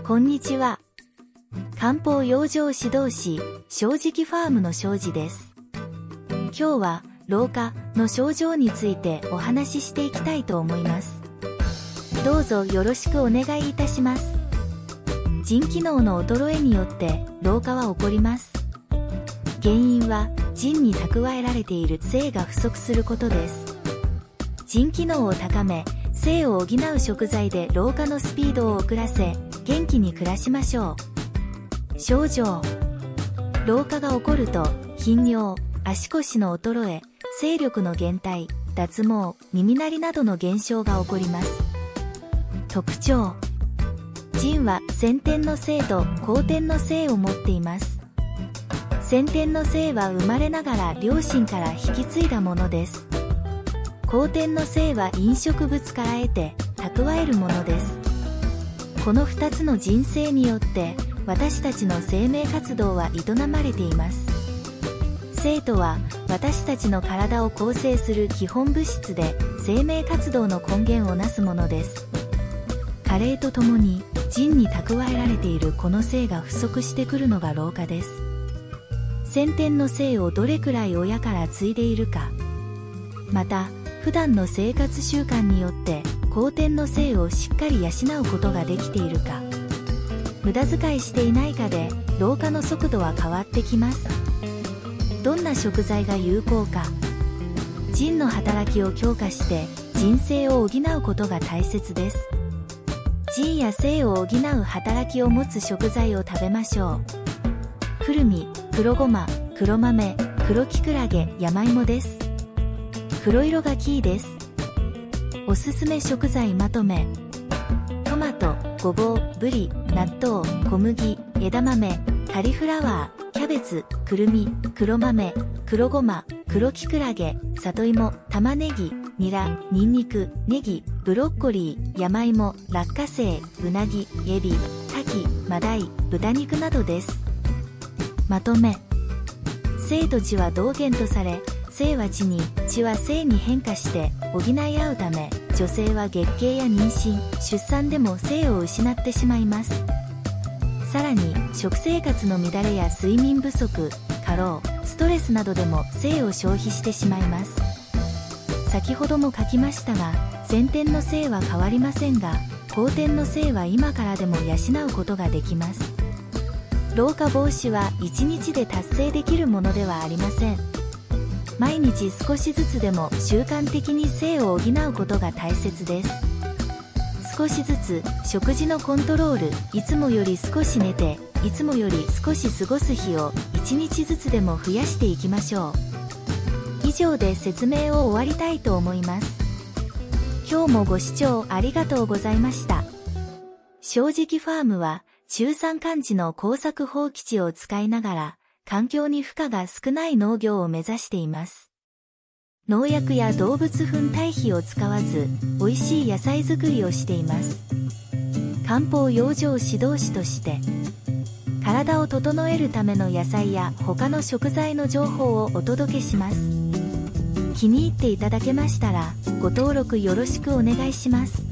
こんにちは。漢方養生指導士、正直ファームの庄司です。今日は老化の症状についてお話ししていきたいと思います。どうぞよろしくお願いいたします。腎機能の衰えによって老化は起こります。原因は腎に蓄えられている精が不足することです。腎機能を高め、精を補う食材で老化のスピードを遅らせ、元気に暮らしましょう。症状。老化が起こると、頻尿、足腰の衰え、精力の減退、脱毛、耳鳴りなどの現象が起こります。特徴。腎は先天の精と後天の精を持っています。先天の精は生まれながら両親から引き継いだものです。後天の精は飲食物から得て蓄えるものです。この2つの腎精によって私たちの生命活動は営まれています。精とは私たちの体を構成する基本物質で生命活動の根源をなすものです。加齢とともに腎に蓄えられているこの精が不足してくるのが老化です。先天の精をどれくらい親から継いでいるか、また普段の生活習慣によって後天の精をしっかり養うことができているか、無駄遣いしていないかで老化の速度は変わってきます。どんな食材が有効か。腎の働きを強化して腎精を補うことが大切です。腎や精を補う働きを持つ食材を食べましょう。くるみ、黒ごま、黒豆、黒きくらげ、山芋です。黒色がキーです。おすすめ食材まとめ。トマト、ごぼう、ぶり、納豆、小麦、枝豆、カリフラワー、キャベツ、くるみ、黒豆、黒ごま、黒きくらげ、里芋、玉ねぎ、ニラ、ニンニク、ネギ、ブロッコリー、山芋、落花生、うなぎ、エビ、牡蠣、マダイ、豚肉などです。まとめ。精と血は同源とされ、精は血に、血は精に変化して補い合うため、女性は月経や妊娠、出産でも精を失ってしまいます。さらに、食生活の乱れや睡眠不足、過労、ストレスなどでも精を消費してしまいます。先ほども書きましたが、先天の精は変わりませんが、後天の精は今からでも養うことができます。老化防止は1日で達成できるものではありません。毎日少しずつでも習慣的に精を補うことが大切です。少しずつ食事のコントロール、いつもより少し寝て、いつもより少し過ごす日を1日ずつでも増やしていきましょう。以上で説明を終わりたいと思います。今日もご視聴ありがとうございました。正直ファームは中山間地の耕作放棄地を使いながら環境に負荷が少ない農業を目指しています。農薬や動物糞堆肥を使わず、美味しい野菜作りをしています。漢方養生指導士として、体を整えるための野菜や他の食材の情報をお届けします。気に入っていただけましたら、ご登録よろしくお願いします。